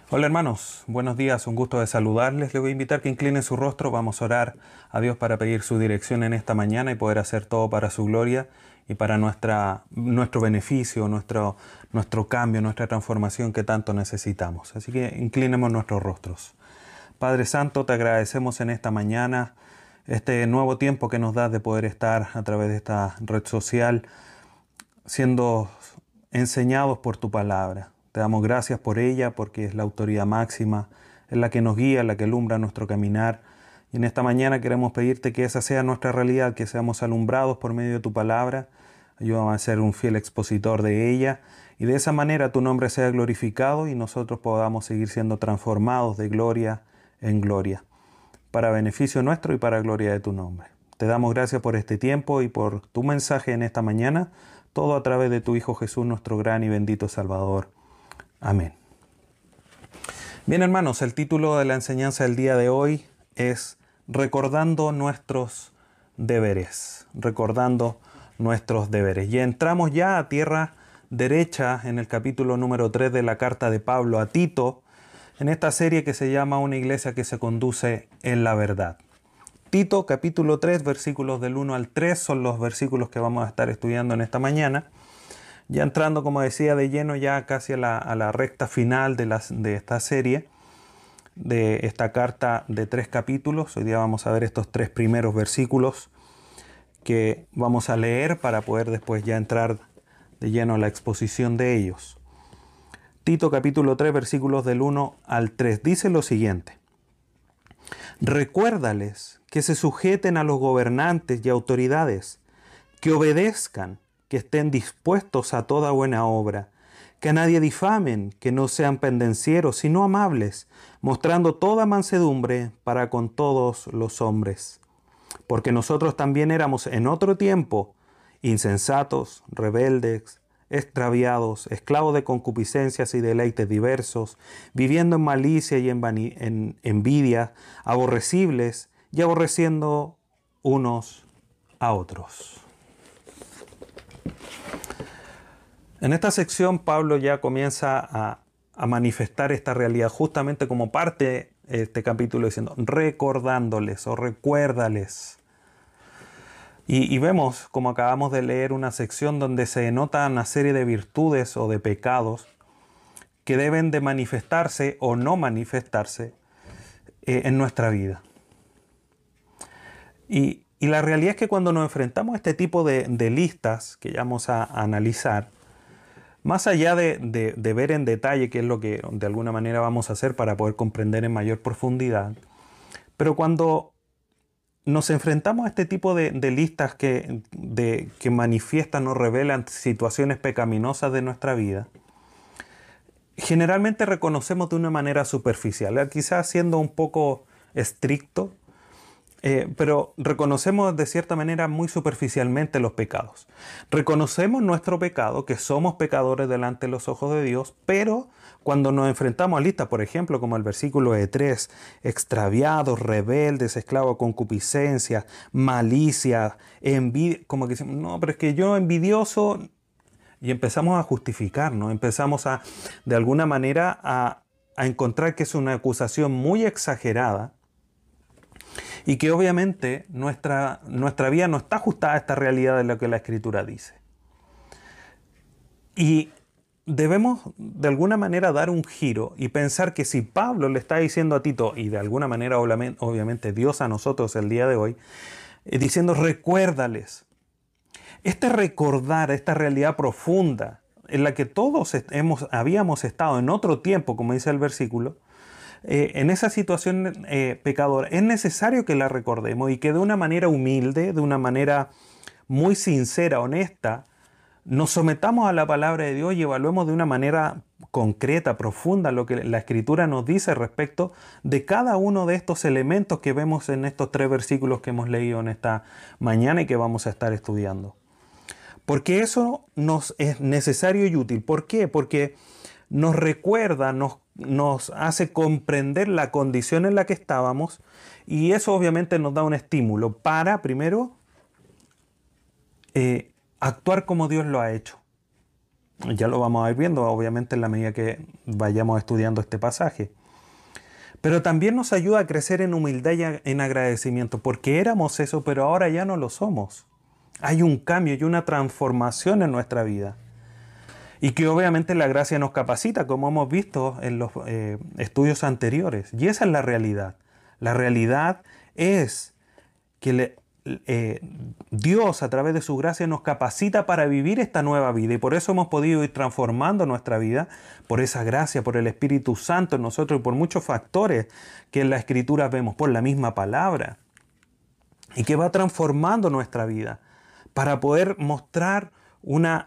Hola hermanos, buenos días, un gusto de saludarles. Les voy a invitar que inclinen su rostro, vamos a orar a Dios para pedir su dirección en esta mañana y poder hacer todo para su gloria y para nuestro beneficio, nuestro cambio, nuestra transformación que tanto necesitamos. Así que inclinemos nuestros rostros. Padre Santo, te agradecemos en esta mañana este nuevo tiempo que nos das de poder estar a través de esta red social siendo enseñados por tu palabra. Te damos gracias por ella porque es la autoridad máxima, es la que nos guía, la que alumbra nuestro caminar. Y en esta mañana queremos pedirte que esa sea nuestra realidad, que seamos alumbrados por medio de tu palabra. Ayúdame a ser un fiel expositor de ella y de esa manera tu nombre sea glorificado y nosotros podamos seguir siendo transformados de gloria en gloria, para beneficio nuestro y para gloria de tu nombre. Te damos gracias por este tiempo y por tu mensaje en esta mañana, todo a través de tu Hijo Jesús, nuestro gran y bendito Salvador. Amén. Bien hermanos, el título de la enseñanza del día de hoy es Recordando nuestros deberes. Recordando nuestros deberes. Y entramos ya a tierra derecha en el capítulo número 3 de la carta de Pablo a Tito, en esta serie que se llama Una iglesia que se conduce en la verdad. Tito capítulo 3, versículos del 1 al 3 son los versículos que vamos a estar estudiando en esta mañana. Ya entrando, como decía, de lleno ya casi a la recta final de esta serie, de esta carta de 3 capítulos. Hoy día vamos a ver estos 3 primeros versículos que vamos a leer para poder después ya entrar de lleno a la exposición de ellos. Tito capítulo 3, versículos del 1 al 3, dice lo siguiente. Recuérdales que se sujeten a los gobernantes y autoridades, que obedezcan, que estén dispuestos a toda buena obra, que a nadie difamen, que no sean pendencieros, sino amables, mostrando toda mansedumbre para con todos los hombres. Porque nosotros también éramos en otro tiempo insensatos, rebeldes, extraviados, esclavos de concupiscencias y deleites diversos, viviendo en malicia y en envidia, aborrecibles y aborreciendo unos a otros. En esta sección Pablo ya comienza a manifestar esta realidad justamente como parte de este capítulo diciendo recordándoles o recuérdales. Y vemos, como acabamos de leer, una sección donde se denota una serie de virtudes o de pecados que deben de manifestarse o no manifestarse en nuestra vida. Y la realidad es que cuando nos enfrentamos a este tipo de listas que ya vamos a analizar, más allá de ver en detalle qué es lo que de alguna manera vamos a hacer para poder comprender en mayor profundidad, pero cuando nos enfrentamos a este tipo de listas que manifiestan o revelan situaciones pecaminosas de nuestra vida, generalmente reconocemos de una manera superficial, quizás siendo un poco estricto, pero reconocemos de cierta manera muy superficialmente los pecados. Reconocemos nuestro pecado, que somos pecadores delante de los ojos de Dios, pero cuando nos enfrentamos a listas, por ejemplo, como el versículo de 3, extraviados, rebeldes, esclavos de concupiscencia, malicia, envidia, como que decimos, no, pero es que yo envidioso, y empezamos a justificarnos, empezamos de alguna manera a encontrar que es una acusación muy exagerada, y que obviamente nuestra vida no está ajustada a esta realidad de lo que la Escritura dice. Y debemos de alguna manera dar un giro y pensar que si Pablo le está diciendo a Tito, y de alguna manera obviamente Dios a nosotros el día de hoy, diciendo recuérdales, este recordar esta realidad profunda en la que todos habíamos estado en otro tiempo, como dice el versículo, en esa situación pecadora, es necesario que la recordemos y que de una manera humilde, de una manera muy sincera, honesta, nos sometamos a la palabra de Dios y evaluemos de una manera concreta, profunda, lo que la Escritura nos dice respecto de cada uno de estos elementos que vemos en estos 3 versículos que hemos leído en esta mañana y que vamos a estar estudiando. Porque eso nos es necesario y útil. ¿Por qué? Porque nos recuerda, nos hace comprender la condición en la que estábamos y eso obviamente nos da un estímulo para, primero, actuar como Dios lo ha hecho. Ya lo vamos a ir viendo, obviamente, en la medida que vayamos estudiando este pasaje. Pero también nos ayuda a crecer en humildad y en agradecimiento, porque éramos eso, pero ahora ya no lo somos. Hay un cambio y una transformación en nuestra vida. Y que obviamente la gracia nos capacita, como hemos visto en los estudios anteriores. Y esa es la realidad. La realidad es que Dios a través de su gracia nos capacita para vivir esta nueva vida. Y por eso hemos podido ir transformando nuestra vida, por esa gracia, por el Espíritu Santo en nosotros y por muchos factores que en la Escritura vemos, por la misma palabra. Y que va transformando nuestra vida para poder mostrar una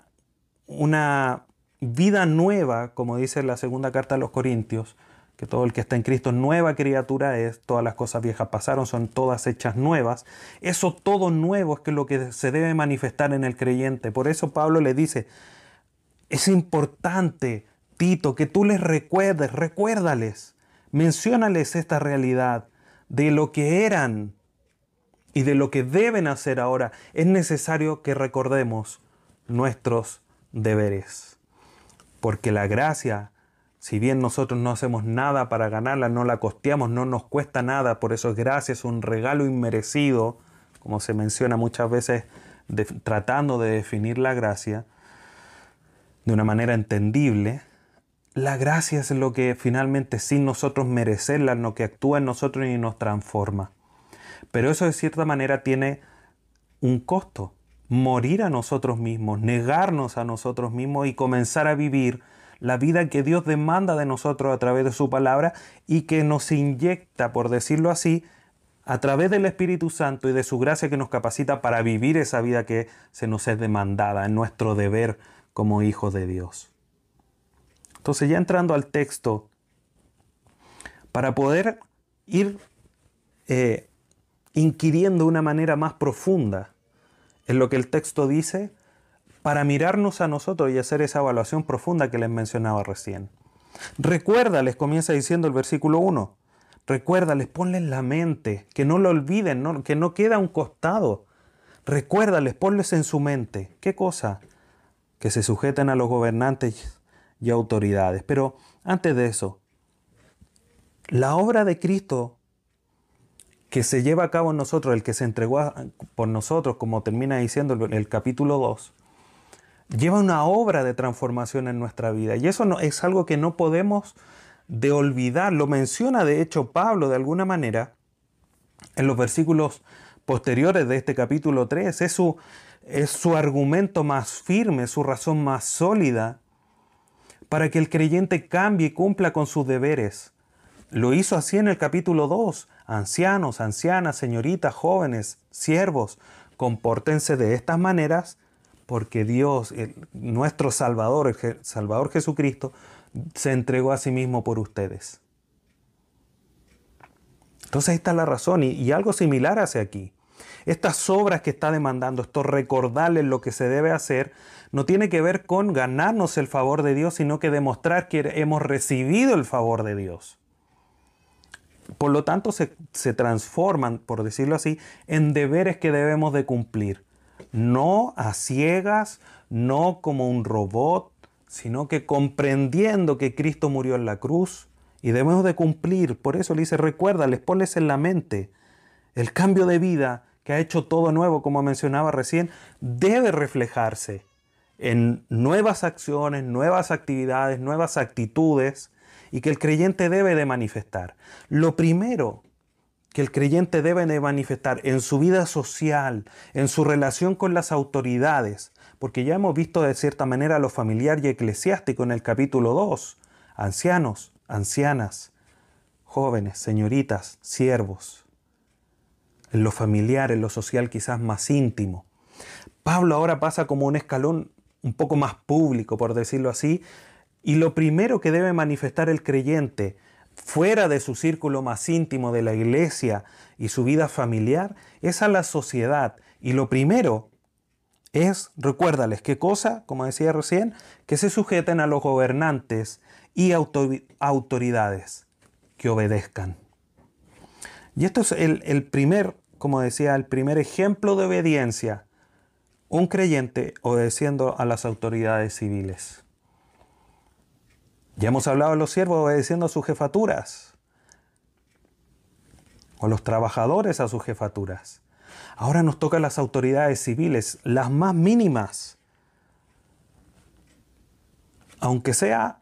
vida nueva, como dice la segunda carta a los Corintios, que todo el que está en Cristo nueva criatura es, todas las cosas viejas pasaron, son todas hechas nuevas. Eso todo nuevo es que lo que se debe manifestar en el creyente. Por eso Pablo le dice, es importante, Tito, que tú les recuerdes, recuérdales, menciónales esta realidad de lo que eran y de lo que deben hacer ahora. Es necesario que recordemos nuestros deberes. Porque la gracia, si bien nosotros no hacemos nada para ganarla, no la costeamos, no nos cuesta nada, por eso es gracia, es un regalo inmerecido, como se menciona muchas veces tratando de definir la gracia de una manera entendible. La gracia es lo que finalmente sin nosotros merecerla, lo que actúa en nosotros y nos transforma. Pero eso de cierta manera tiene un costo. Morir a nosotros mismos, negarnos a nosotros mismos y comenzar a vivir la vida que Dios demanda de nosotros a través de su palabra y que nos inyecta, por decirlo así, a través del Espíritu Santo y de su gracia que nos capacita para vivir esa vida que se nos es demandada, en nuestro deber como hijos de Dios. Entonces, ya entrando al texto, para poder ir inquiriendo de una manera más profunda en lo que el texto dice, para mirarnos a nosotros y hacer esa evaluación profunda que les mencionaba recién. Recuérdales, comienza diciendo el versículo 1, recuérdales, ponles en la mente, que no lo olviden, que no quede a un costado. Recuérdales, ponles en su mente. ¿Qué cosa? Que se sujeten a los gobernantes y autoridades. Pero antes de eso, la obra de Cristo que se lleva a cabo en nosotros, el que se entregó por nosotros, como termina diciendo el capítulo 2, lleva una obra de transformación en nuestra vida. Y eso no, es algo que no podemos de olvidar. Lo menciona de hecho Pablo de alguna manera en los versículos posteriores de este capítulo 3. Es su argumento más firme, su razón más sólida para que el creyente cambie y cumpla con sus deberes. Lo hizo así en el capítulo 2. Ancianos, ancianas, señoritas, jóvenes, siervos, compórtense de estas maneras porque Dios, nuestro Salvador, el Salvador Jesucristo, se entregó a sí mismo por ustedes. Entonces ahí está la razón y algo similar hace aquí. Estas obras que está demandando, esto recordarles lo que se debe hacer, no tiene que ver con ganarnos el favor de Dios, sino que demostrar que hemos recibido el favor de Dios. Por lo tanto, se transforman, por decirlo así, en deberes que debemos de cumplir. No a ciegas, no como un robot, sino que comprendiendo que Cristo murió en la cruz y debemos de cumplir. Por eso le dice, recuérdales, ponles en la mente. El cambio de vida que ha hecho todo nuevo, como mencionaba recién, debe reflejarse en nuevas acciones, nuevas actividades, nuevas actitudes, y que el creyente debe de manifestar. Lo primero que el creyente debe de manifestar en su vida social, en su relación con las autoridades, porque ya hemos visto de cierta manera lo familiar y eclesiástico en el capítulo 2, ancianos, ancianas, jóvenes, señoritas, siervos, en lo familiar, en lo social quizás más íntimo. Pablo ahora pasa como un escalón un poco más público, por decirlo así, y lo primero que debe manifestar el creyente fuera de su círculo más íntimo de la iglesia y su vida familiar es a la sociedad. Y lo primero es, recuérdales, ¿qué cosa? Como decía recién, que se sujeten a los gobernantes y autoridades, que obedezcan. Y esto es el primer, como decía, el primer ejemplo de obediencia. Un creyente obedeciendo a las autoridades civiles. Ya hemos hablado de los siervos obedeciendo a sus jefaturas, o los trabajadores a sus jefaturas. Ahora nos toca a las autoridades civiles, las más mínimas. Aunque sea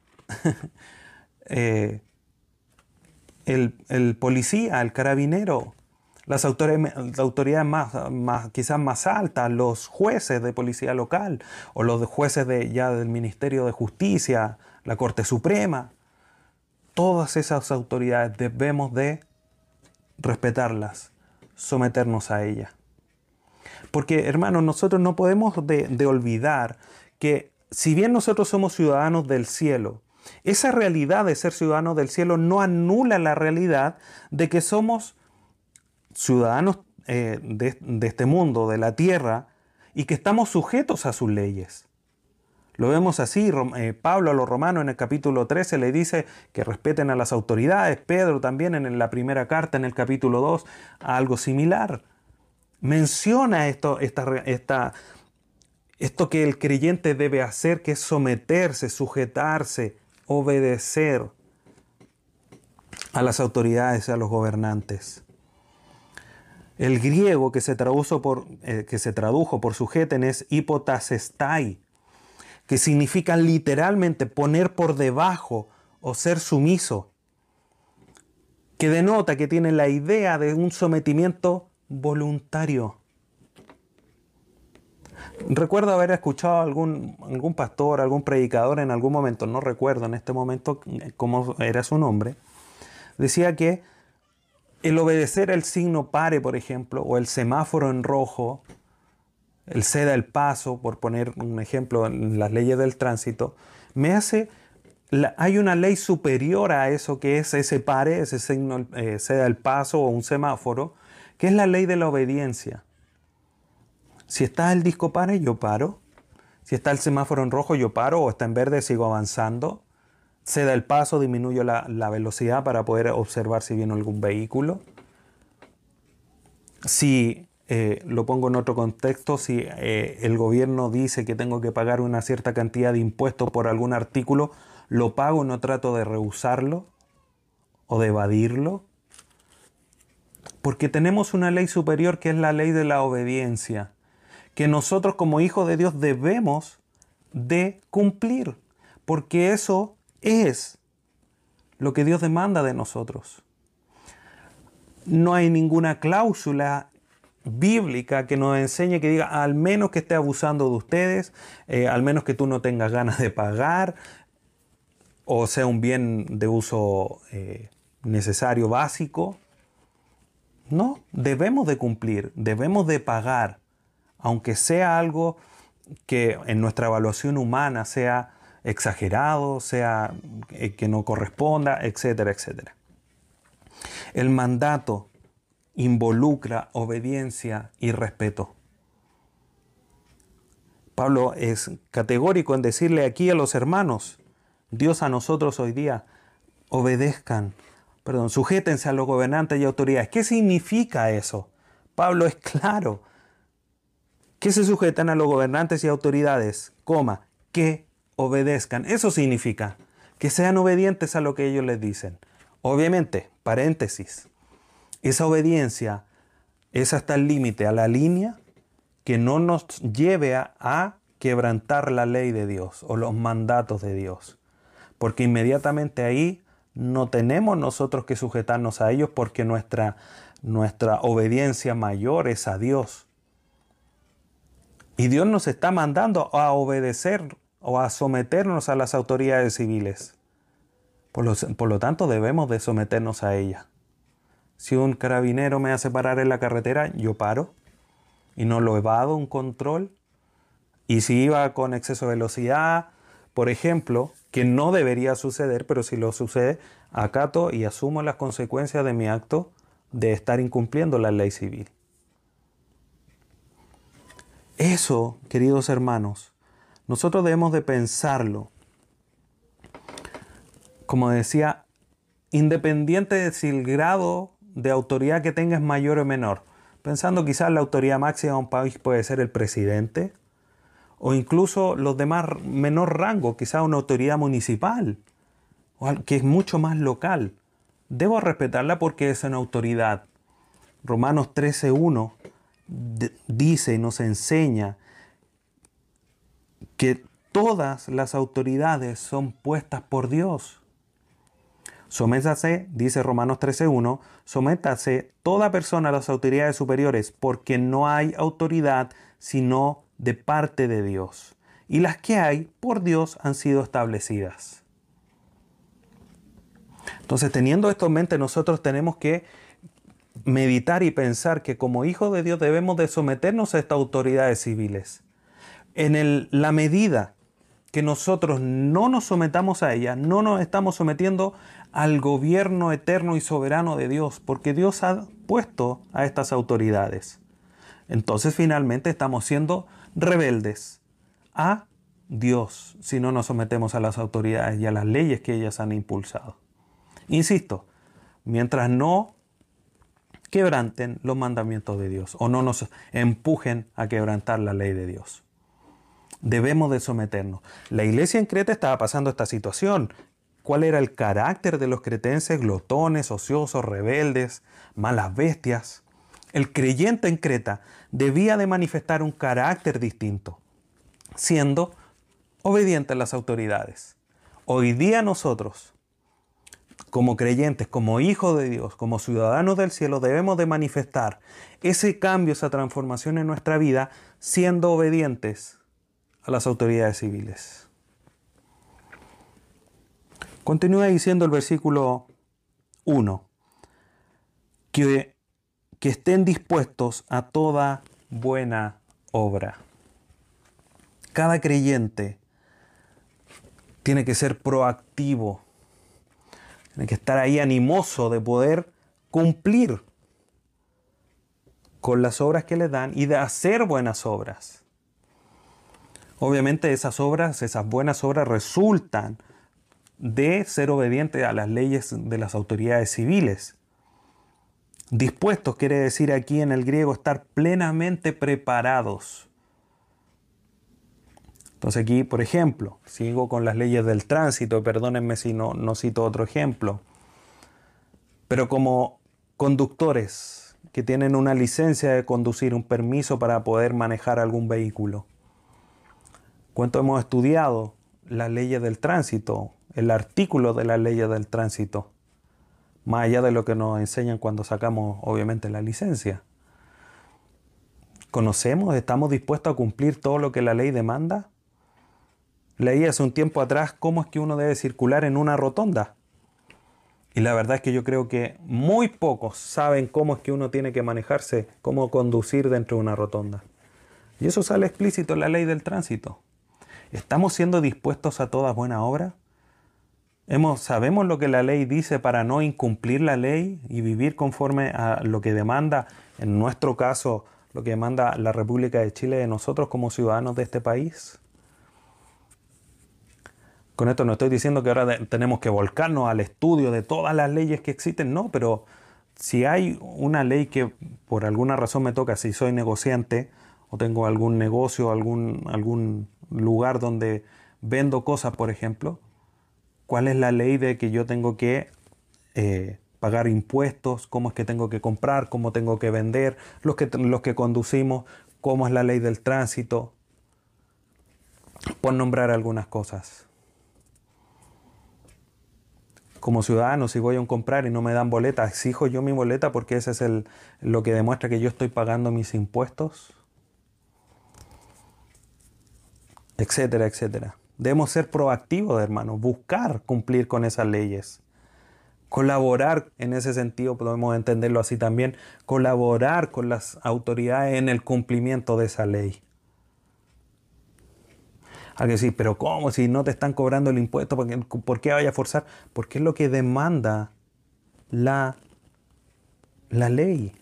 el policía, el carabinero, las autoridades quizás más altas, los jueces de policía local o los jueces ya del Ministerio de Justicia, la Corte Suprema. Todas esas autoridades debemos de respetarlas, someternos a ellas. Porque, hermanos, nosotros no podemos de olvidar que si bien nosotros somos ciudadanos del cielo, esa realidad de ser ciudadanos del cielo no anula la realidad de que somos ciudadanos de este mundo, de la tierra, y que estamos sujetos a sus leyes. Lo vemos así. Pablo a los romanos en el capítulo 13 le dice que respeten a las autoridades. Pedro también en la primera carta, en el capítulo 2, algo similar. Menciona esto que el creyente debe hacer, que es someterse, sujetarse, obedecer a las autoridades, a los gobernantes. El griego que se tradujo por sujeten es hipotasestai, que significa literalmente poner por debajo o ser sumiso, que denota que tiene la idea de un sometimiento voluntario. Recuerdo haber escuchado a algún pastor, algún predicador en algún momento, no recuerdo en este momento cómo era su nombre, decía que el obedecer el signo pare, por ejemplo, o el semáforo en rojo, el ceda el paso, por poner un ejemplo en las leyes del tránsito, hay una ley superior a eso que es ese pare, ese signo ceda el paso o un semáforo, que es la ley de la obediencia. Si está el disco pare, yo paro. Si está el semáforo en rojo, yo paro, o está en verde, sigo avanzando. Ceda el paso, disminuyo la velocidad para poder observar si viene algún vehículo. Si lo pongo en otro contexto, si el gobierno dice que tengo que pagar una cierta cantidad de impuestos por algún artículo, lo pago, no trato de rehusarlo o de evadirlo. Porque tenemos una ley superior que es la ley de la obediencia, que nosotros como hijos de Dios debemos de cumplir, porque eso es lo que Dios demanda de nosotros. No hay ninguna cláusula bíblica que nos enseñe, que diga, al menos que esté abusando de ustedes, al menos que tú no tengas ganas de pagar, o sea un bien de uso necesario, básico. No, debemos de cumplir, debemos de pagar, aunque sea algo que en nuestra evaluación humana sea exagerado, sea que no corresponda, etcétera, etcétera. El mandato involucra obediencia y respeto. Pablo es categórico en decirle aquí a los hermanos, Dios a nosotros hoy día, sujétense a los gobernantes y autoridades. ¿Qué significa eso? Pablo es claro. Que se sujetan a los gobernantes y autoridades, que obedezcan. Eso significa que sean obedientes a lo que ellos les dicen. Obviamente, paréntesis, esa obediencia es hasta el límite, a la línea que no nos lleve a quebrantar la ley de Dios o los mandatos de Dios. Porque inmediatamente ahí no tenemos nosotros que sujetarnos a ellos, porque nuestra obediencia mayor es a Dios. Y Dios nos está mandando a obedecer o a someternos a las autoridades civiles. Por lo tanto, debemos de someternos a ellas. Si un carabinero me hace parar en la carretera, yo paro y no lo evado un control. Y si iba con exceso de velocidad, por ejemplo, que no debería suceder, pero si lo sucede, acato y asumo las consecuencias de mi acto de estar incumpliendo la ley civil. Eso, queridos hermanos, nosotros debemos de pensarlo. Como decía, independiente de si el grado de autoridad que tenga es mayor o menor. Pensando quizás la autoridad máxima de un país puede ser el presidente, o incluso los demás menor rango, quizás una autoridad municipal. que es mucho más local. Debo respetarla porque es una autoridad. Romanos 13:1 dice y nos enseña que todas las autoridades son puestas por Dios. Sométase, dice Romanos 13:1, sométase toda persona a las autoridades superiores, porque no hay autoridad sino de parte de Dios. Y las que hay por Dios han sido establecidas. Entonces, teniendo esto en mente, nosotros tenemos que meditar y pensar que como hijos de Dios debemos de someternos a estas autoridades civiles. En la medida que nosotros no nos sometamos a ellas, no nos estamos sometiendo al gobierno eterno y soberano de Dios, porque Dios ha puesto a estas autoridades. Entonces finalmente estamos siendo rebeldes a Dios si no nos sometemos a las autoridades y a las leyes que ellas han impulsado. Insisto, mientras no quebranten los mandamientos de Dios o no nos empujen a quebrantar la ley de Dios. Debemos de someternos. La iglesia en Creta estaba pasando esta situación. ¿Cuál era el carácter de los cretenses? Glotones, ociosos, rebeldes, malas bestias. El creyente en Creta debía de manifestar un carácter distinto, siendo obediente a las autoridades. Hoy día nosotros, como creyentes, como hijos de Dios, como ciudadanos del cielo, debemos de manifestar ese cambio, esa transformación en nuestra vida, siendo obedientes a las autoridades civiles. Continúa diciendo el versículo 1, que estén dispuestos a toda buena obra. Cada creyente tiene que ser proactivo, tiene que estar ahí animoso de poder cumplir con las obras que le dan y de hacer buenas obras. Obviamente esas buenas obras resultan de ser obediente a las leyes de las autoridades civiles. Dispuestos quiere decir aquí en el griego estar plenamente preparados. Entonces aquí, por ejemplo, sigo con las leyes del tránsito, perdónenme si no cito otro ejemplo, pero como conductores que tienen una licencia de conducir, un permiso para poder manejar algún vehículo. ¿Cuánto hemos estudiado las leyes del tránsito, el artículo de las leyes del tránsito? Más allá de lo que nos enseñan cuando sacamos, obviamente, la licencia. ¿Conocemos? ¿Estamos dispuestos a cumplir todo lo que la ley demanda? Leí hace un tiempo atrás cómo es que uno debe circular en una rotonda. Y la verdad es que yo creo que muy pocos saben cómo es que uno tiene que manejarse, cómo conducir dentro de una rotonda. Y eso sale explícito en la ley del tránsito. ¿Estamos siendo dispuestos a toda buena obra? ¿Sabemos lo que la ley dice para no incumplir la ley y vivir conforme a lo que demanda, en nuestro caso, lo que demanda la República de Chile de nosotros como ciudadanos de este país? Con esto no estoy diciendo que ahora tenemos que volcarnos al estudio de todas las leyes que existen, no, pero si hay una ley que por alguna razón me toca, si soy negociante o tengo algún negocio, algún lugar donde vendo cosas, por ejemplo, ¿cuál es la ley de que yo tengo que pagar impuestos? ¿Cómo es que tengo que comprar? ¿Cómo tengo que vender? Los que conducimos, ¿cómo es la ley del tránsito? Por nombrar algunas cosas. Como ciudadano, si voy a comprar y no me dan boleta, ¿exijo yo mi boleta porque ese es lo que demuestra que yo estoy pagando mis impuestos? Etcétera, etcétera. Debemos ser proactivos, hermanos, buscar cumplir con esas leyes. Colaborar en ese sentido, podemos entenderlo así también, colaborar con las autoridades en el cumplimiento de esa ley. Hay que decir, pero ¿cómo? Si no te están cobrando el impuesto, ¿por qué vaya a forzar? Porque es lo que demanda la ley.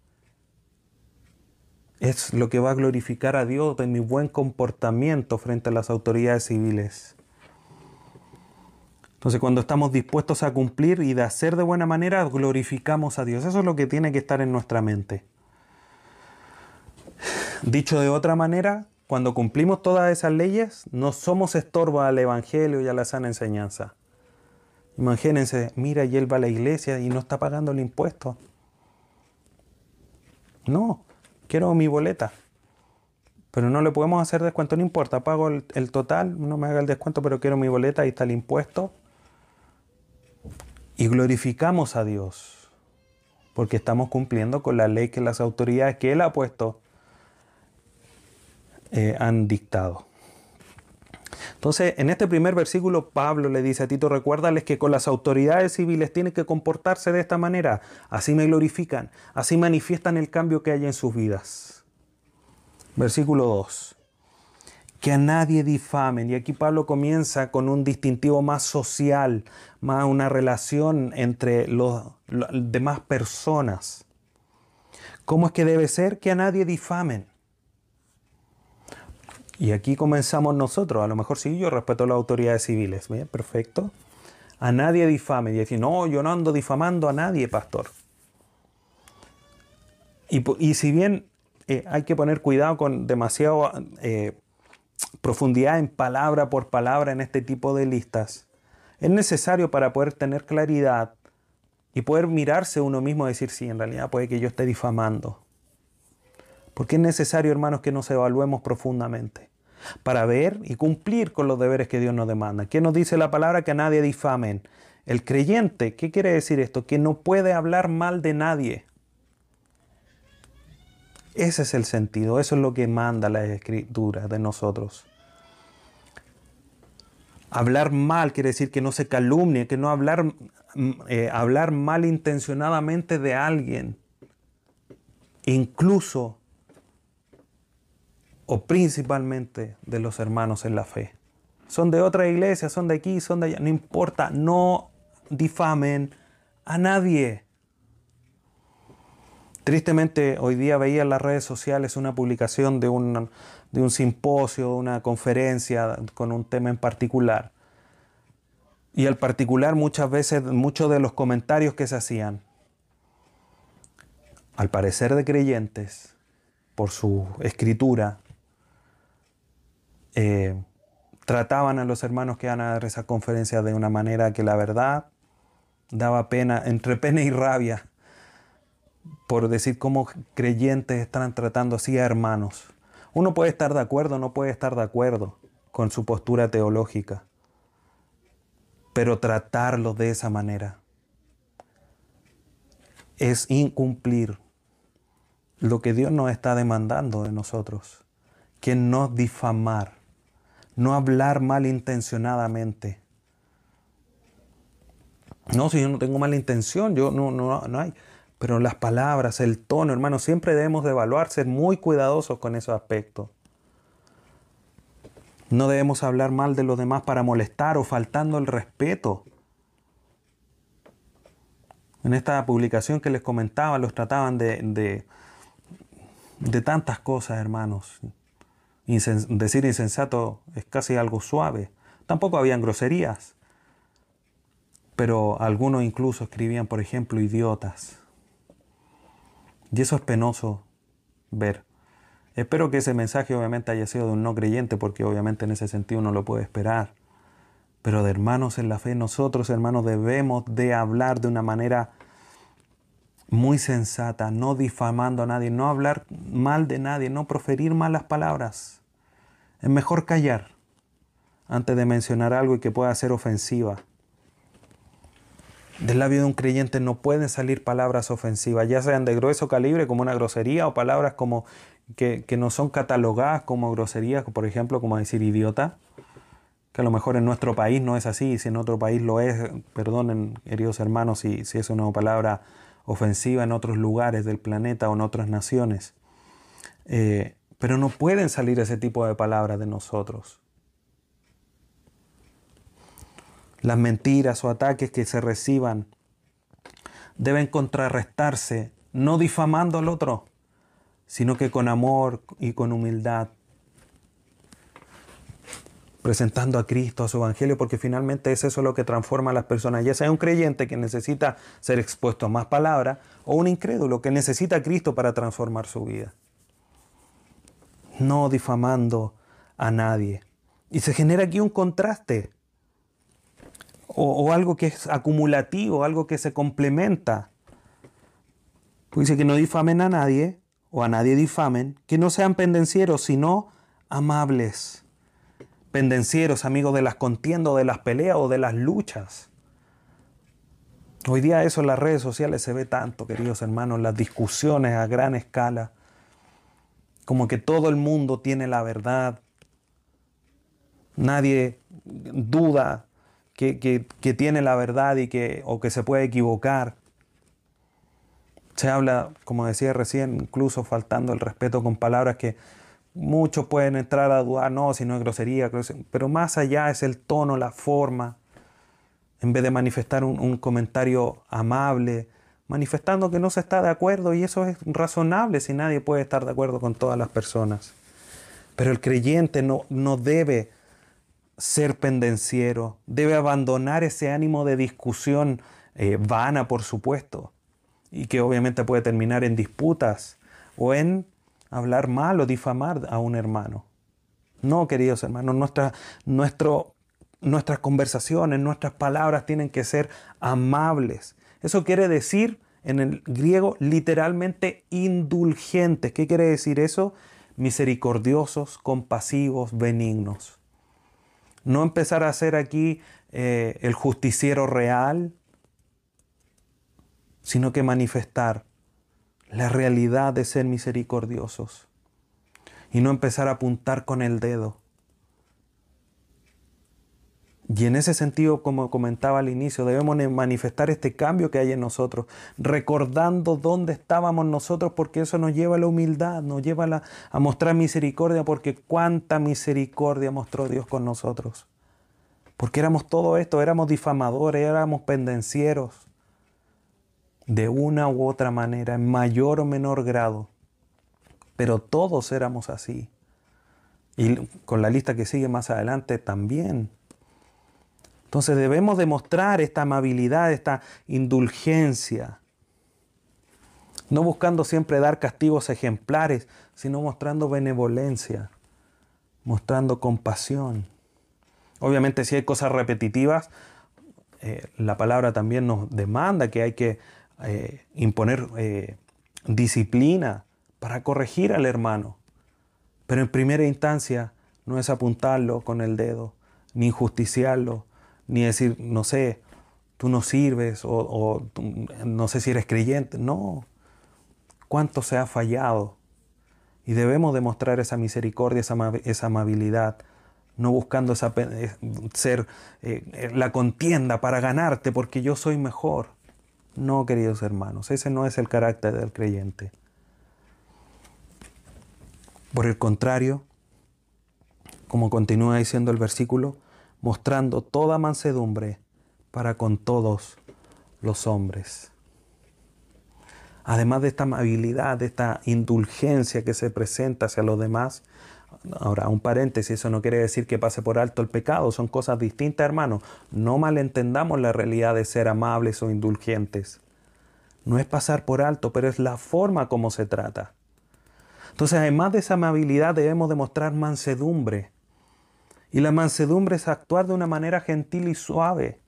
Es lo que va a glorificar a Dios de mi buen comportamiento frente a las autoridades civiles. Entonces, cuando estamos dispuestos a cumplir y de hacer de buena manera, glorificamos a Dios. Eso es lo que tiene que estar en nuestra mente. Dicho de otra manera, cuando cumplimos todas esas leyes, no somos estorbo al Evangelio y a la sana enseñanza. Imagínense, mira, y él va a la iglesia y no está pagando el impuesto. No, quiero mi boleta. Pero no le podemos hacer descuento, no importa, pago el total, no me haga el descuento, pero quiero mi boleta, ahí está el impuesto. Y glorificamos a Dios, porque estamos cumpliendo con la ley que las autoridades que Él ha puesto han dictado. Entonces, en este primer versículo, Pablo le dice a Tito, recuérdales que con las autoridades civiles tienen que comportarse de esta manera. Así me glorifican, así manifiestan el cambio que hay en sus vidas. Versículo 2. Que a nadie difamen. Y aquí Pablo comienza con un distintivo más social, más una relación entre las demás personas. ¿Cómo es que debe ser? Que a nadie difamen. Y aquí comenzamos nosotros. A lo mejor sí, yo respeto a las autoridades civiles. Bien, perfecto. A nadie difamen. Y decir, no, yo no ando difamando a nadie, pastor. Y si bien hay que poner cuidado con demasiado profundidad en palabra por palabra en este tipo de listas, es necesario para poder tener claridad y poder mirarse uno mismo y decir, sí, en realidad puede que yo esté difamando. Porque es necesario, hermanos, que nos evaluemos profundamente para ver y cumplir con los deberes que Dios nos demanda. ¿Qué nos dice la palabra? Que a nadie difamen. El creyente, ¿qué quiere decir esto? Que no puede hablar mal de nadie. Ese es el sentido, eso es lo que manda la Escritura de nosotros. Hablar mal quiere decir que no se calumnie, que no hablar malintencionadamente de alguien, incluso o principalmente de los hermanos en la fe. Son de otra iglesia, son de aquí, son de allá, no importa, no difamen a nadie. Tristemente, hoy día veía en las redes sociales una publicación de un simposio, una conferencia con un tema en particular. Y al particular muchas veces, muchos de los comentarios que se hacían, al parecer de creyentes, por su escritura, trataban a los hermanos que iban a dar esa conferencia de una manera que la verdad daba pena, entre pena y rabia, por decir cómo creyentes están tratando así a hermanos. Uno puede estar de acuerdo, no puede estar de acuerdo con su postura teológica, pero tratarlos de esa manera es incumplir lo que Dios nos está demandando de nosotros, que no difamar, no hablar malintencionadamente. No, si yo no tengo mala intención, yo no hay. Pero las palabras, el tono, hermanos, siempre debemos de evaluar, ser muy cuidadosos con esos aspectos. No debemos hablar mal de los demás para molestar o faltando el respeto. En esta publicación que les comentaba, los trataban de tantas cosas, hermanos. Decir insensato es casi algo suave. Tampoco habían groserías. Pero algunos incluso escribían, por ejemplo, idiotas. Y eso es penoso ver. Espero que ese mensaje obviamente haya sido de un no creyente, porque obviamente en ese sentido uno lo puede esperar. Pero de hermanos en la fe, nosotros, hermanos, debemos de hablar de una manera muy sensata, no difamando a nadie, no hablar mal de nadie, no proferir malas palabras. Es mejor callar antes de mencionar algo y que pueda ser ofensiva. Del labio de un creyente no pueden salir palabras ofensivas, ya sean de grueso calibre como una grosería o palabras como que no son catalogadas como groserías, por ejemplo, como decir idiota, que a lo mejor en nuestro país no es así, y si en otro país lo es, perdonen, queridos hermanos, si es una palabra ofensiva en otros lugares del planeta o en otras naciones. Pero no pueden salir ese tipo de palabras de nosotros. Las mentiras o ataques que se reciban deben contrarrestarse, no difamando al otro, sino que con amor y con humildad, presentando a Cristo, a su Evangelio, porque finalmente es eso lo que transforma a las personas, ya sea un creyente que necesita ser expuesto a más palabras, o un incrédulo que necesita a Cristo para transformar su vida. No difamando a nadie. Y se genera aquí un contraste. o algo que es acumulativo, algo que se complementa. Pues dice que no difamen a nadie, o a nadie difamen, que no sean pendencieros, sino amables. Pendencieros, amigos de las contiendas, o de las peleas o de las luchas. Hoy día eso en las redes sociales se ve tanto, queridos hermanos, las discusiones a gran escala, como que todo el mundo tiene la verdad. Nadie duda que tiene la verdad o que se puede equivocar. Se habla, como decía recién, incluso faltando el respeto con palabras que muchos pueden entrar a dudar, no, si no es grosería, pero más allá es el tono, la forma. En vez de manifestar un comentario amable, manifestando que no se está de acuerdo, y eso es razonable si nadie puede estar de acuerdo con todas las personas. Pero el creyente no debe ser pendenciero, debe abandonar ese ánimo de discusión vana, por supuesto, y que obviamente puede terminar en disputas o en hablar mal o difamar a un hermano. No, queridos hermanos, nuestras conversaciones, nuestras palabras tienen que ser amables. Eso quiere decir, en el griego, literalmente indulgentes. ¿Qué quiere decir eso? Misericordiosos, compasivos, benignos. No empezar a ser aquí el justiciero real, sino que manifestar la realidad de ser misericordiosos y no empezar a apuntar con el dedo. Y en ese sentido, como comentaba al inicio, debemos manifestar este cambio que hay en nosotros, recordando dónde estábamos nosotros, porque eso nos lleva a la humildad, nos lleva a mostrar misericordia, porque cuánta misericordia mostró Dios con nosotros. Porque éramos todo esto, éramos difamadores, éramos pendencieros, de una u otra manera, en mayor o menor grado. Pero todos éramos así. Y con la lista que sigue más adelante también. Entonces debemos demostrar esta amabilidad, esta indulgencia. No buscando siempre dar castigos ejemplares, sino mostrando benevolencia, mostrando compasión. Obviamente si hay cosas repetitivas, la palabra también nos demanda que hay que imponer disciplina para corregir al hermano. Pero en primera instancia no es apuntarlo con el dedo, ni injusticiarlo, ni decir, no sé, tú no sirves o no sé si eres creyente. No, cuánto se ha fallado. Y debemos demostrar esa misericordia, esa amabilidad, no buscando ser la contienda para ganarte porque yo soy mejor. No, queridos hermanos, ese no es el carácter del creyente. Por el contrario, como continúa diciendo el versículo, mostrando toda mansedumbre para con todos los hombres. Además de esta amabilidad, de esta indulgencia que se presenta hacia los demás, ahora un paréntesis, eso no quiere decir que pase por alto el pecado, son cosas distintas, hermanos. No malentendamos la realidad de ser amables o indulgentes. No es pasar por alto, pero es la forma como se trata. Entonces, además de esa amabilidad, debemos demostrar mansedumbre. Y la mansedumbre es actuar de una manera gentil y suave.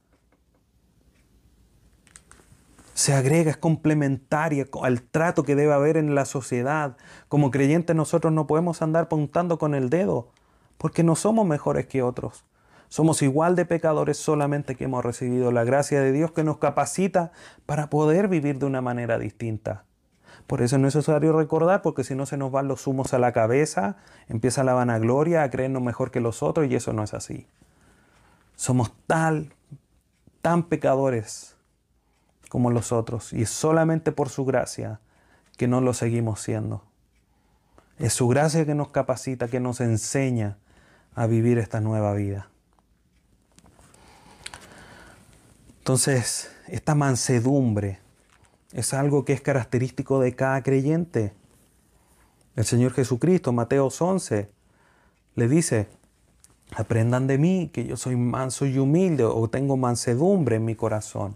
Se agrega, es complementaria al trato que debe haber en la sociedad. Como creyentes nosotros no podemos andar apuntando con el dedo, porque no somos mejores que otros. Somos igual de pecadores, solamente que hemos recibido la gracia de Dios que nos capacita para poder vivir de una manera distinta. Por eso es necesario recordar, porque si no se nos van los humos a la cabeza, empieza la vanagloria a creernos mejor que los otros, y eso no es así. Somos tan pecadores como los otros, y es solamente por su gracia que no lo seguimos siendo. Es su gracia que nos capacita, que nos enseña a vivir esta nueva vida. Entonces, esta mansedumbre es algo que es característico de cada creyente. El Señor Jesucristo, Mateo 11, le dice, aprendan de mí, que yo soy manso y humilde, o tengo mansedumbre en mi corazón.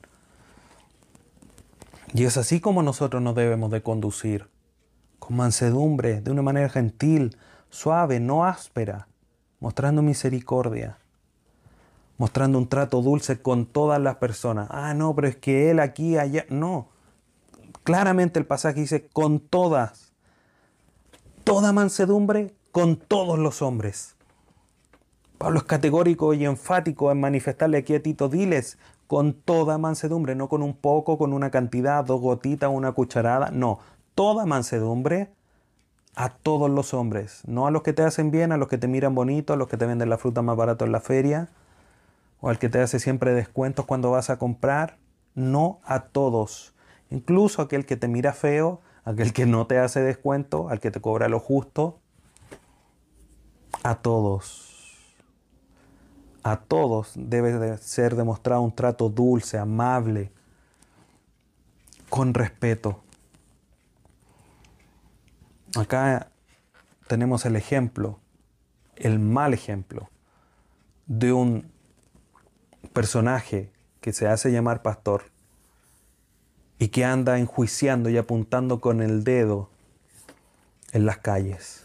Y es así como nosotros nos debemos de conducir, con mansedumbre, de una manera gentil, suave, no áspera, mostrando misericordia, mostrando un trato dulce con todas las personas. Ah, no, pero es que él aquí, allá. No, claramente el pasaje dice con todas. Toda mansedumbre con todos los hombres. Pablo es categórico y enfático en manifestarle aquí a Tito, diles con toda mansedumbre, no con un poco, con una cantidad, 2 gotitas, una cucharada, no, toda mansedumbre a todos los hombres, no a los que te hacen bien, a los que te miran bonito, a los que te venden la fruta más barato en la feria, o al que te hace siempre descuentos cuando vas a comprar, no a todos, incluso aquel que te mira feo, aquel que no te hace descuento, al que te cobra lo justo, a todos. A todos debe de ser demostrado un trato dulce, amable, con respeto. Acá tenemos el ejemplo, el mal ejemplo, de un personaje que se hace llamar pastor y que anda enjuiciando y apuntando con el dedo en las calles.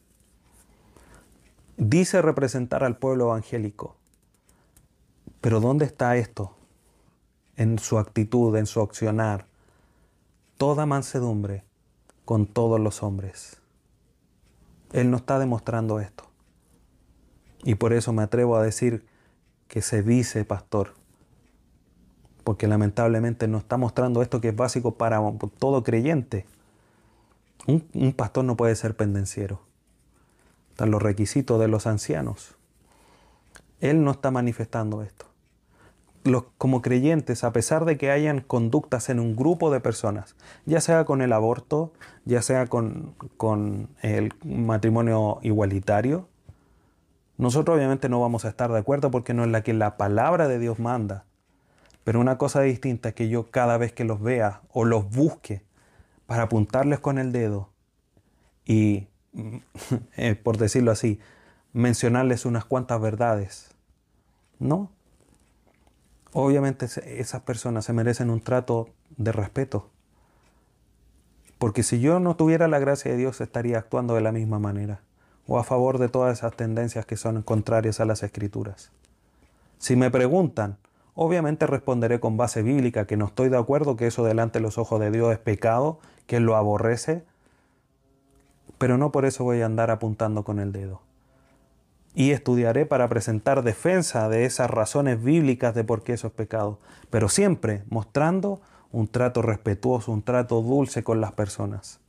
Dice representar al pueblo evangélico, pero ¿dónde está esto? En su actitud, en su accionar. Toda mansedumbre con todos los hombres. Él no está demostrando esto. Y por eso me atrevo a decir que se dice pastor. Porque lamentablemente no está mostrando esto que es básico para todo creyente. Un pastor no puede ser pendenciero. Están los requisitos de los ancianos. Él no está manifestando esto. Como creyentes, a pesar de que hayan conductas en un grupo de personas, ya sea con el aborto, ya sea con el matrimonio igualitario, nosotros obviamente no vamos a estar de acuerdo porque no es la que la palabra de Dios manda. Pero una cosa distinta es que yo cada vez que los vea o los busque para apuntarles con el dedo y, por decirlo así, mencionarles unas cuantas verdades. No. Obviamente esas personas se merecen un trato de respeto. Porque si yo no tuviera la gracia de Dios, estaría actuando de la misma manera. O a favor de todas esas tendencias que son contrarias a las Escrituras. Si me preguntan, obviamente responderé con base bíblica que no estoy de acuerdo, que eso delante de los ojos de Dios es pecado, que Él lo aborrece. Pero no por eso voy a andar apuntando con el dedo. Y estudiaré para presentar defensa de esas razones bíblicas de por qué eso es pecado. Pero siempre mostrando un trato respetuoso, un trato dulce con las personas.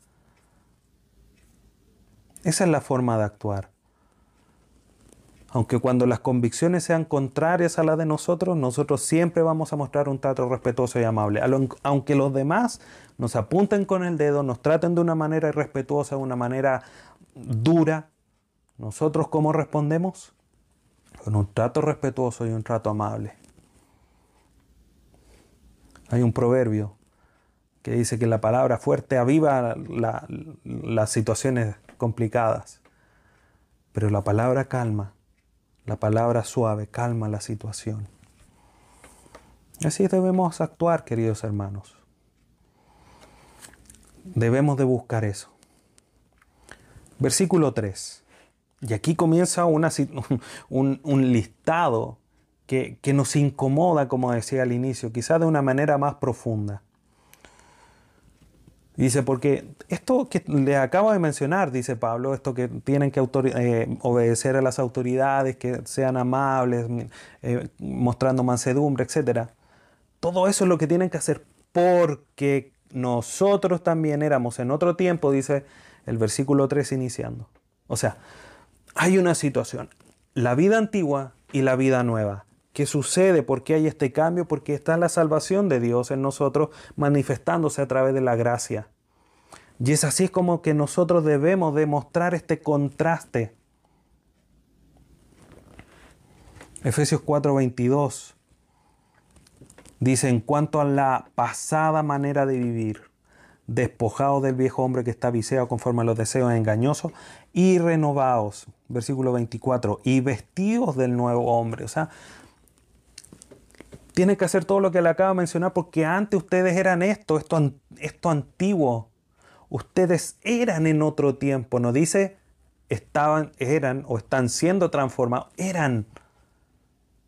Esa es la forma de actuar. Aunque cuando las convicciones sean contrarias a las de nosotros, nosotros siempre vamos a mostrar un trato respetuoso y amable. Aunque los demás nos apunten con el dedo, nos traten de una manera irrespetuosa, de una manera dura, ¿nosotros cómo respondemos? Con un trato respetuoso y un trato amable. Hay un proverbio que dice que la palabra fuerte aviva las situaciones complicadas, pero la palabra calma, la palabra suave calma la situación. Así debemos actuar, queridos hermanos. Debemos de buscar eso. Versículo 3. Y aquí comienza un listado que nos incomoda, como decía al inicio, quizás de una manera más profunda. Dice, porque esto que le acabo de mencionar, dice Pablo, esto que tienen que obedecer a las autoridades, que sean amables, mostrando mansedumbre, etc. Todo eso es lo que tienen que hacer porque nosotros también éramos en otro tiempo, dice el versículo 3 iniciando. O sea, hay una situación, la vida antigua y la vida nueva. ¿Qué sucede? ¿Por qué hay este cambio? Porque está la salvación de Dios en nosotros manifestándose a través de la gracia. Y es así como que nosotros debemos demostrar este contraste. Efesios 4:22 dice, en cuanto a la pasada manera de vivir, despojados del viejo hombre que está viciado conforme a los deseos engañosos y renovados, versículo 24, y vestidos del nuevo hombre. O sea, tiene que hacer todo lo que le acabo de mencionar porque antes ustedes eran esto antiguo. Ustedes eran en otro tiempo. No dice eran o están siendo transformados. Eran.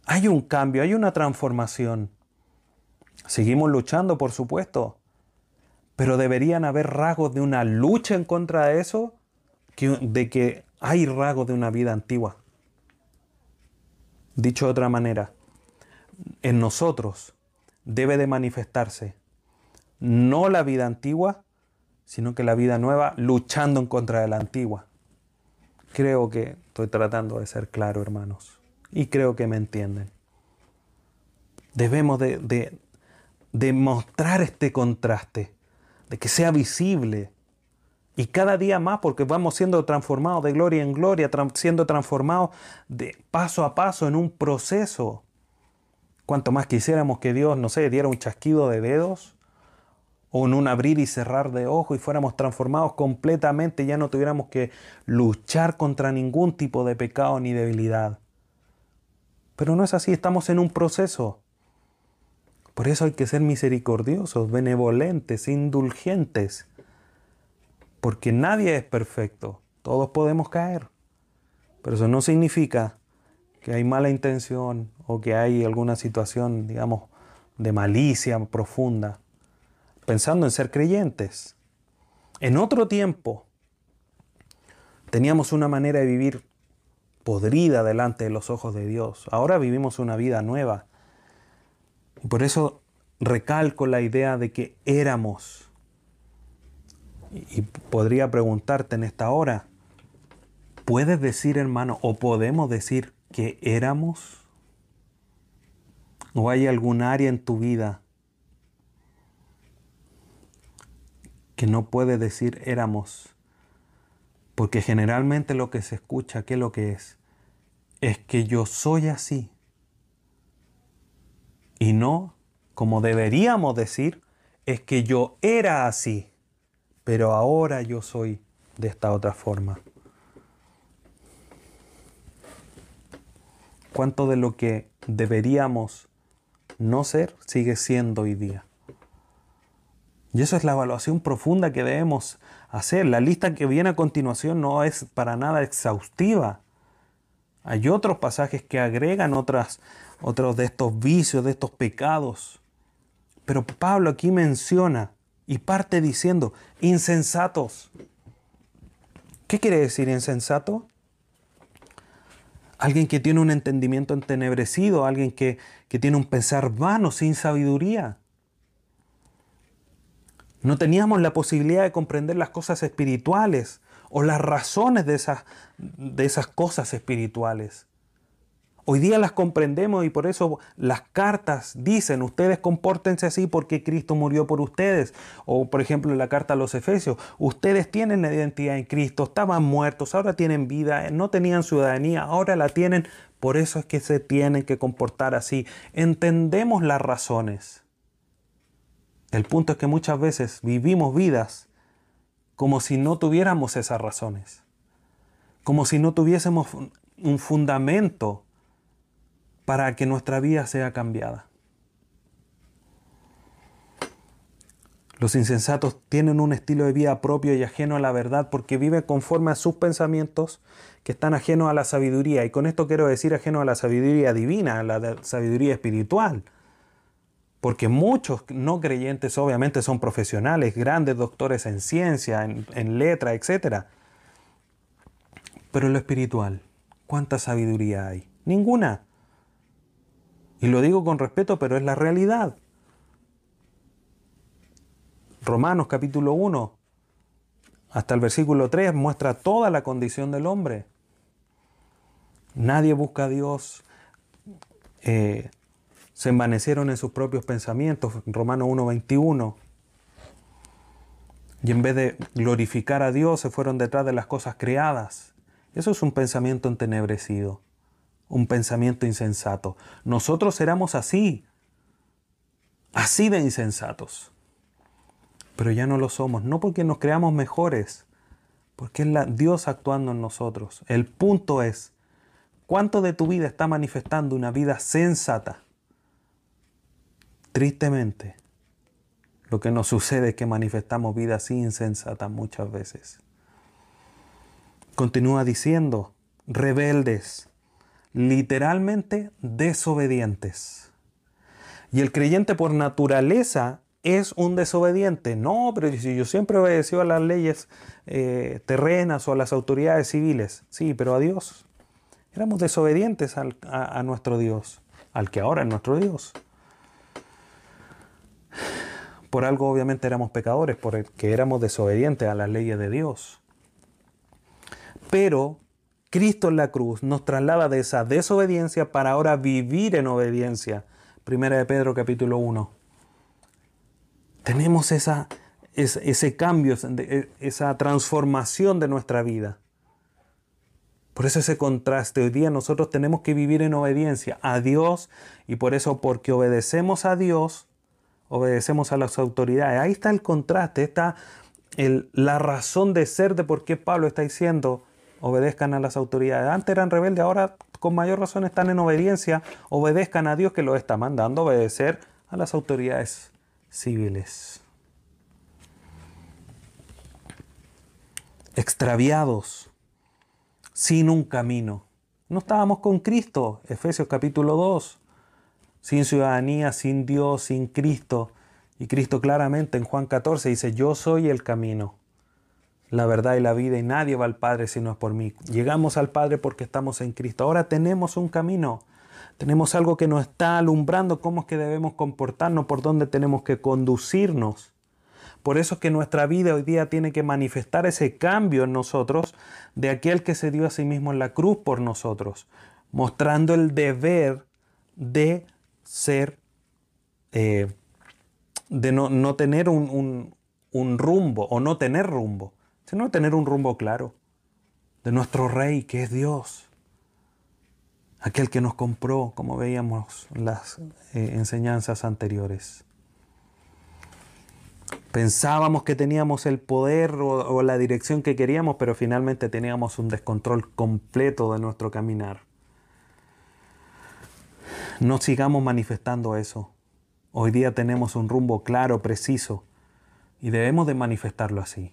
Hay un cambio, hay una transformación. Seguimos luchando, por supuesto, pero deberían haber rasgos de una lucha en contra de eso, de que hay rasgos de una vida antigua. Dicho de otra manera, en nosotros debe de manifestarse no la vida antigua, sino que la vida nueva luchando en contra de la antigua. Creo que estoy tratando de ser claro, hermanos, y creo que me entienden. Debemos de mostrar este contraste, de que sea visible. Y cada día más, porque vamos siendo transformados de gloria en gloria, siendo transformados de paso a paso en un proceso. Cuanto más quisiéramos que Dios, no sé, diera un chasquido de dedos o en un abrir y cerrar de ojos y fuéramos transformados completamente, ya no tuviéramos que luchar contra ningún tipo de pecado ni debilidad. Pero no es así, estamos en un proceso. Por eso hay que ser misericordiosos, benevolentes, indulgentes. Porque nadie es perfecto, todos podemos caer. Pero eso no significa que hay mala intención o que hay alguna situación, digamos, de malicia profunda. Pensando en ser creyentes. En otro tiempo teníamos una manera de vivir podrida delante de los ojos de Dios. Ahora vivimos una vida nueva. Y por eso recalco la idea de que éramos. Y podría preguntarte en esta hora, ¿puedes decir, hermano, o podemos decir que éramos? ¿O hay algún área en tu vida que no puedes decir éramos? Porque generalmente lo que se escucha, ¿qué es lo que es? Es que yo soy así. Y no, como deberíamos decir, es que yo era así. Pero ahora yo soy de esta otra forma. ¿Cuánto de lo que deberíamos no ser sigue siendo hoy día? Y eso es la evaluación profunda que debemos hacer. La lista que viene a continuación no es para nada exhaustiva. Hay otros pasajes que agregan otros de estos vicios, de estos pecados. Pero Pablo aquí menciona y parte diciendo, insensatos. ¿Qué quiere decir insensato? Alguien que tiene un entendimiento entenebrecido, alguien que tiene un pensar vano, sin sabiduría. No teníamos la posibilidad de comprender las cosas espirituales o las razones de esas cosas espirituales. Hoy día las comprendemos y por eso las cartas dicen, ustedes compórtense así porque Cristo murió por ustedes. O por ejemplo en la carta a los Efesios, ustedes tienen la identidad en Cristo, estaban muertos, ahora tienen vida, no tenían ciudadanía, ahora la tienen. Por eso es que se tienen que comportar así. Entendemos las razones. El punto es que muchas veces vivimos vidas como si no tuviéramos esas razones. Como si no tuviésemos un fundamento para que nuestra vida sea cambiada. Los insensatos tienen un estilo de vida propio y ajeno a la verdad porque viven conforme a sus pensamientos que están ajenos a la sabiduría. Y con esto quiero decir ajeno a la sabiduría divina, a la sabiduría espiritual. Porque muchos no creyentes obviamente son profesionales, grandes doctores en ciencia, en letra, etc. Pero en lo espiritual, ¿cuánta sabiduría hay? Ninguna. Y lo digo con respeto, pero es la realidad. Romanos capítulo 1, hasta el versículo 3, muestra toda la condición del hombre. Nadie busca a Dios. Se envanecieron en sus propios pensamientos. Romanos 1:21. Y en vez de glorificar a Dios, se fueron detrás de las cosas creadas. Eso es un pensamiento entenebrecido. Un pensamiento insensato. Nosotros éramos así de insensatos. Pero ya no lo somos, no porque nos creamos mejores, porque es Dios actuando en nosotros. El punto es, ¿cuánto de tu vida está manifestando una vida sensata? Tristemente, lo que nos sucede es que manifestamos vidas insensatas muchas veces. Continúa diciendo, rebeldes. literalmente desobedientes. Y el creyente por naturaleza es un desobediente. No, pero si yo siempre obedecí a las leyes terrenas o a las autoridades civiles. Sí, pero a Dios. Éramos desobedientes a nuestro Dios, al que ahora es nuestro Dios. Por algo obviamente éramos pecadores, porque éramos desobedientes a las leyes de Dios. Pero Cristo en la cruz nos traslada de esa desobediencia para ahora vivir en obediencia. Primera de Pedro capítulo 1. Tenemos ese cambio, esa transformación de nuestra vida. Por eso ese contraste. Hoy día nosotros tenemos que vivir en obediencia a Dios y por eso, porque obedecemos a Dios, obedecemos a las autoridades. Ahí está el contraste, está la razón de ser de por qué Pablo está diciendo obedezcan a las autoridades. Antes eran rebeldes, ahora con mayor razón están en obediencia. Obedezcan a Dios que los está mandando a obedecer a las autoridades civiles. Extraviados, sin un camino. No estábamos con Cristo, Efesios capítulo 2. Sin ciudadanía, sin Dios, sin Cristo. Y Cristo claramente en Juan 14 dice, yo soy el camino, la verdad y la vida, y nadie va al Padre si no es por mí. Llegamos al Padre porque estamos en Cristo. Ahora tenemos un camino. Tenemos algo que nos está alumbrando cómo es que debemos comportarnos, por dónde tenemos que conducirnos. Por eso es que nuestra vida hoy día tiene que manifestar ese cambio en nosotros de aquel que se dio a sí mismo en la cruz por nosotros, mostrando el deber de ser, de no tener un rumbo o no tener rumbo, sino tener un rumbo claro de nuestro Rey que es Dios. Aquel que nos compró, como veíamos en las enseñanzas anteriores. Pensábamos que teníamos el poder o la dirección que queríamos, pero finalmente teníamos un descontrol completo de nuestro caminar. No sigamos manifestando eso. Hoy día tenemos un rumbo claro, preciso, y debemos de manifestarlo así.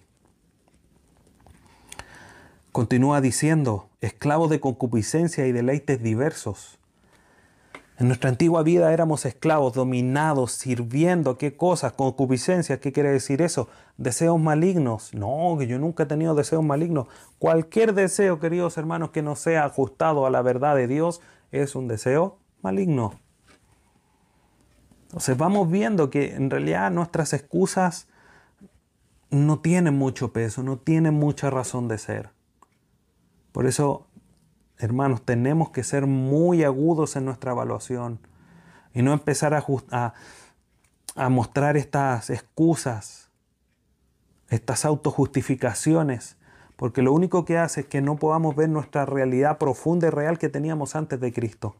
Continúa diciendo, esclavos de concupiscencia y deleites diversos. En nuestra antigua vida éramos esclavos, dominados, sirviendo. ¿Qué cosas? Concupiscencia. ¿Qué quiere decir eso? Deseos malignos. No, que yo nunca he tenido deseos malignos. Cualquier deseo, queridos hermanos, que no sea ajustado a la verdad de Dios, es un deseo maligno. Entonces vamos viendo que en realidad nuestras excusas no tienen mucho peso, no tienen mucha razón de ser. Por eso, hermanos, tenemos que ser muy agudos en nuestra evaluación y no empezar a mostrar estas excusas, estas autojustificaciones, porque lo único que hace es que no podamos ver nuestra realidad profunda y real que teníamos antes de Cristo.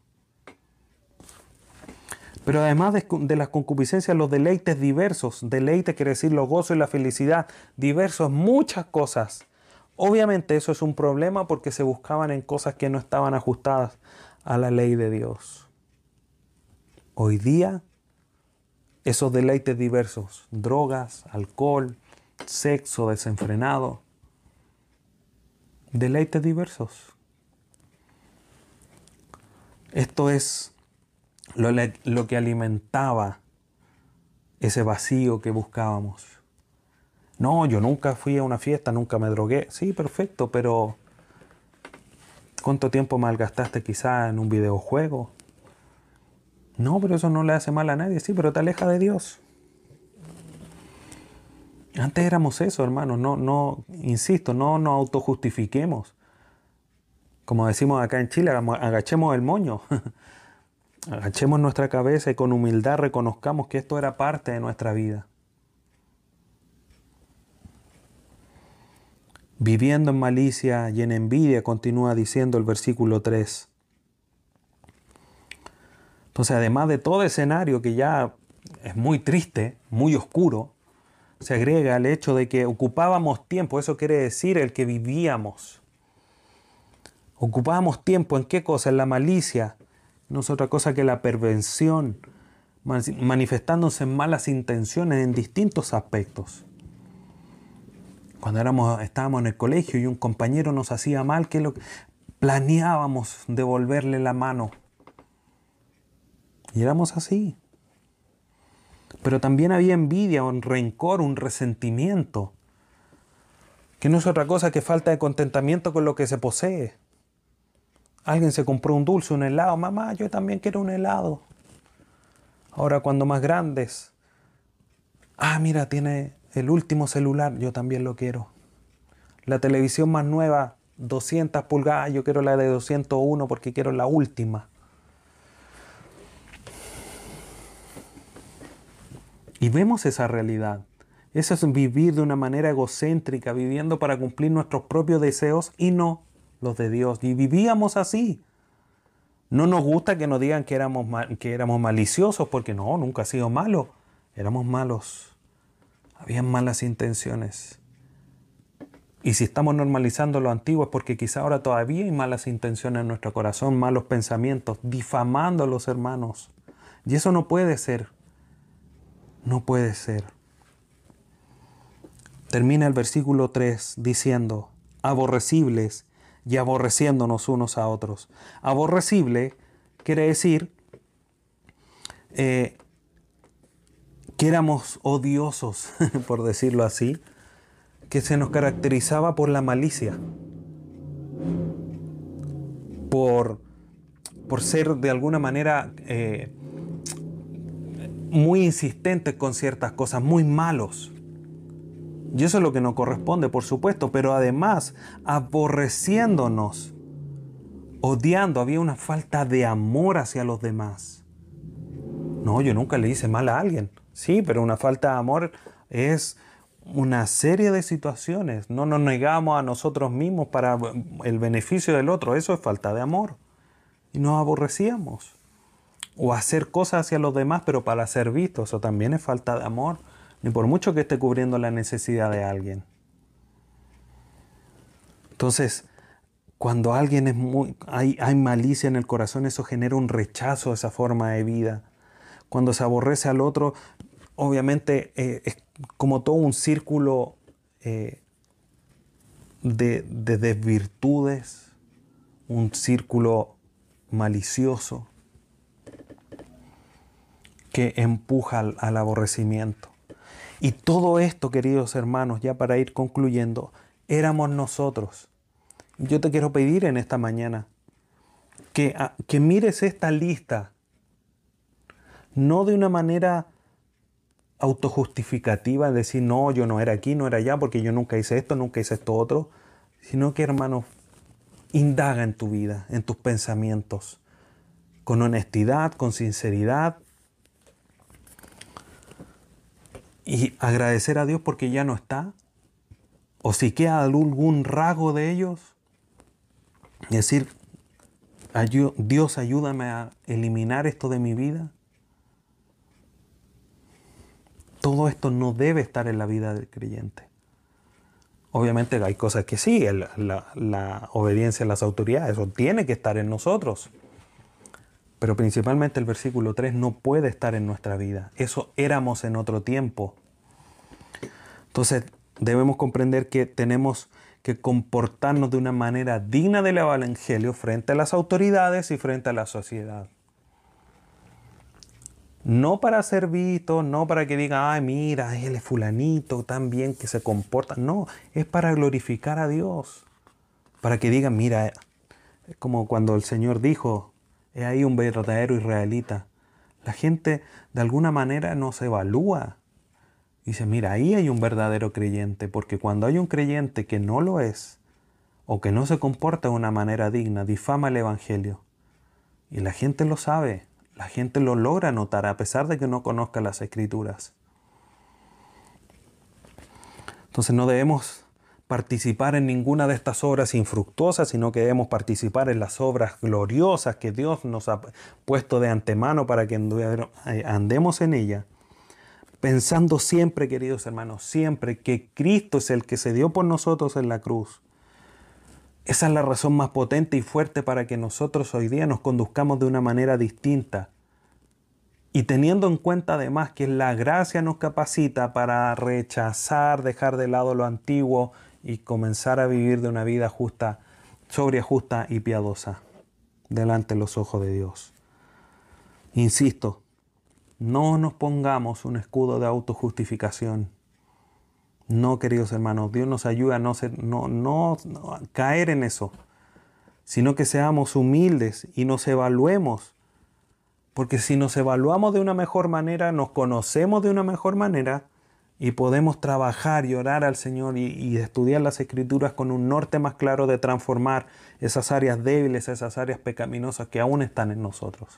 Pero además de las concupiscencias, los deleites diversos. Deleite quiere decir los gozos y la felicidad. Diversos, muchas cosas. Obviamente eso es un problema porque se buscaban en cosas que no estaban ajustadas a la ley de Dios. Hoy día, esos deleites diversos, drogas, alcohol, sexo desenfrenado, deleites diversos. Esto es lo que alimentaba ese vacío que buscábamos. No, yo nunca fui a una fiesta, nunca me drogué. Sí, perfecto, pero ¿cuánto tiempo malgastaste quizá en un videojuego? No, pero eso no le hace mal a nadie. Sí, pero te aleja de Dios. Antes éramos eso, hermanos. Insisto, no nos autojustifiquemos. Como decimos acá en Chile, agachemos el moño. Agachemos nuestra cabeza y con humildad reconozcamos que esto era parte de nuestra vida. Viviendo en malicia y en envidia, continúa diciendo el versículo 3. Entonces, además de todo escenario que ya es muy triste, muy oscuro, se agrega el hecho de que ocupábamos tiempo. Eso quiere decir el que vivíamos. Ocupábamos tiempo ¿en qué cosa? En la malicia. No es otra cosa que la perversión, manifestándose en malas intenciones en distintos aspectos. Cuando estábamos en el colegio y un compañero nos hacía mal, planeábamos devolverle la mano. Y éramos así. Pero también había envidia, un rencor, un resentimiento, que no es otra cosa que falta de contentamiento con lo que se posee. Alguien se compró un dulce, un helado. Mamá, yo también quiero un helado. Ahora cuando más grandes. Mira, tiene el último celular, yo también lo quiero. La televisión más nueva, 200 pulgadas, yo quiero la de 201 porque quiero la última. Y vemos esa realidad. Eso es vivir de una manera egocéntrica, viviendo para cumplir nuestros propios deseos y no los de Dios. Y vivíamos así. No nos gusta que nos digan que éramos maliciosos, porque no, nunca ha sido malo. Éramos malos. Habían malas intenciones. Y si estamos normalizando lo antiguo es porque quizá ahora todavía hay malas intenciones en nuestro corazón, malos pensamientos, difamando a los hermanos. Y eso no puede ser. No puede ser. Termina el versículo 3 diciendo, aborrecibles y aborreciéndonos unos a otros. Aborrecible quiere decir que éramos odiosos, por decirlo así, que se nos caracterizaba por la malicia, por ser de alguna manera muy insistentes con ciertas cosas, muy malos. Y eso es lo que nos corresponde, por supuesto, pero además aborreciéndonos, odiando, había una falta de amor hacia los demás. No, yo nunca le hice mal a alguien. Sí, pero una falta de amor es una serie de situaciones. No nos negamos a nosotros mismos para el beneficio del otro. Eso es falta de amor. Y nos aborrecíamos. O hacer cosas hacia los demás, pero para ser vistos. Eso también es falta de amor. Ni por mucho que esté cubriendo la necesidad de alguien. Entonces, cuando alguien es hay malicia en el corazón, eso genera un rechazo a esa forma de vida. Cuando se aborrece al otro, obviamente es como todo un círculo de desvirtudes, un círculo malicioso que empuja al aborrecimiento. Y todo esto, queridos hermanos, ya para ir concluyendo, éramos nosotros. Yo te quiero pedir en esta mañana que mires esta lista, no de una manera autojustificativa, decir, no, yo no era aquí, no era allá, porque yo nunca hice esto otro, sino que, hermano, indaga en tu vida, en tus pensamientos, con honestidad, con sinceridad, y agradecer a Dios porque ya no está, o si queda algún rasgo de ellos, decir, Dios, ayúdame a eliminar esto de mi vida. Todo esto no debe estar en la vida del creyente. Obviamente hay cosas que sí, la obediencia a las autoridades, eso tiene que estar en nosotros. Pero principalmente el versículo 3 no puede estar en nuestra vida. Eso éramos en otro tiempo. Entonces debemos comprender que tenemos que comportarnos de una manera digna del Evangelio frente a las autoridades y frente a la sociedad. No para ser visto, no para que digan, ay, mira, él es fulanito, tan bien que se comporta. No, es para glorificar a Dios. Para que digan, mira, es como cuando el Señor dijo, he ahí un verdadero israelita. La gente de alguna manera no se evalúa. Dice, mira, ahí hay un verdadero creyente, porque cuando hay un creyente que no lo es, o que no se comporta de una manera digna, difama el Evangelio. Y la gente lo sabe, la gente lo logra notar, a pesar de que no conozca las Escrituras. Entonces no debemos participar en ninguna de estas obras infructuosas, sino que debemos participar en las obras gloriosas que Dios nos ha puesto de antemano para que andemos en ellas. Pensando siempre, queridos hermanos, siempre que Cristo es el que se dio por nosotros en la cruz. Esa es la razón más potente y fuerte para que nosotros hoy día nos conduzcamos de una manera distinta. Y teniendo en cuenta además que la gracia nos capacita para rechazar, dejar de lado lo antiguo y comenzar a vivir de una vida justa sobria, justa y piadosa delante de los ojos de Dios. Insisto, no nos pongamos un escudo de autojustificación. No, queridos hermanos, Dios nos ayuda a no caer en eso, sino que seamos humildes y nos evaluemos. Porque si nos evaluamos de una mejor manera, nos conocemos de una mejor manera y podemos trabajar y orar al Señor y estudiar las Escrituras con un norte más claro de transformar esas áreas débiles, esas áreas pecaminosas que aún están en nosotros.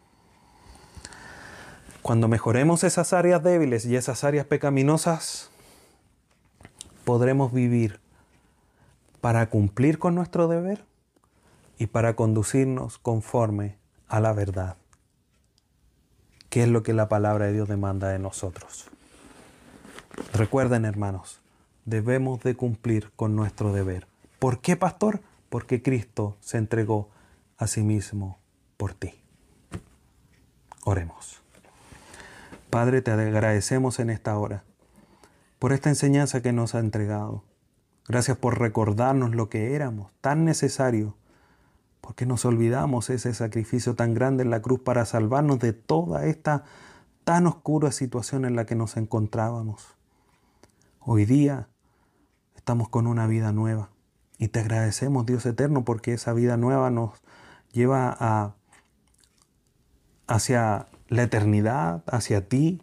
Cuando mejoremos esas áreas débiles y esas áreas pecaminosas, podremos vivir para cumplir con nuestro deber y para conducirnos conforme a la verdad, que es lo que la palabra de Dios demanda de nosotros. Recuerden, hermanos, debemos de cumplir con nuestro deber. ¿Por qué, pastor? Porque Cristo se entregó a sí mismo por ti. Oremos. Padre, te agradecemos en esta hora por esta enseñanza que nos ha entregado. Gracias por recordarnos lo que éramos, tan necesario, porque nos olvidamos ese sacrificio tan grande en la cruz para salvarnos de toda esta tan oscura situación en la que nos encontrábamos. Hoy día estamos con una vida nueva y te agradecemos, Dios eterno, porque esa vida nueva nos lleva hacia la eternidad, hacia ti,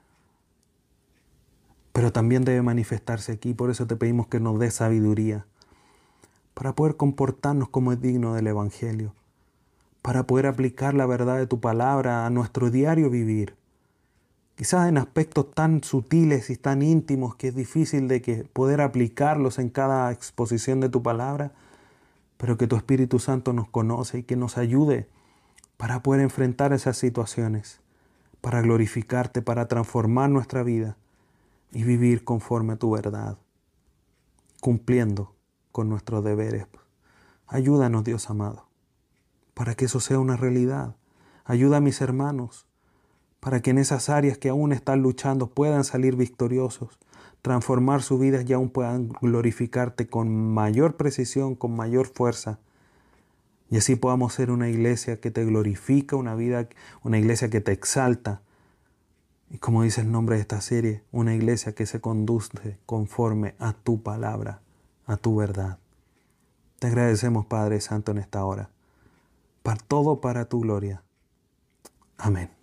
pero también debe manifestarse aquí. Por eso te pedimos que nos des sabiduría para poder comportarnos como es digno del Evangelio, para poder aplicar la verdad de tu palabra a nuestro diario vivir. Quizás en aspectos tan sutiles y tan íntimos que es difícil de que poder aplicarlos en cada exposición de tu palabra, pero que tu Espíritu Santo nos conoce y que nos ayude para poder enfrentar esas situaciones, para glorificarte, para transformar nuestra vida y vivir conforme a tu verdad, cumpliendo con nuestros deberes. Ayúdanos, Dios amado, para que eso sea una realidad. Ayuda a mis hermanos, para que en esas áreas que aún están luchando puedan salir victoriosos, transformar sus vidas y aún puedan glorificarte con mayor precisión, con mayor fuerza. Y así podamos ser una iglesia que te glorifica, una iglesia que te exalta. Y como dice el nombre de esta serie, una iglesia que se conduce conforme a tu palabra, a tu verdad. Te agradecemos, Padre Santo, en esta hora. Todo para tu gloria. Amén.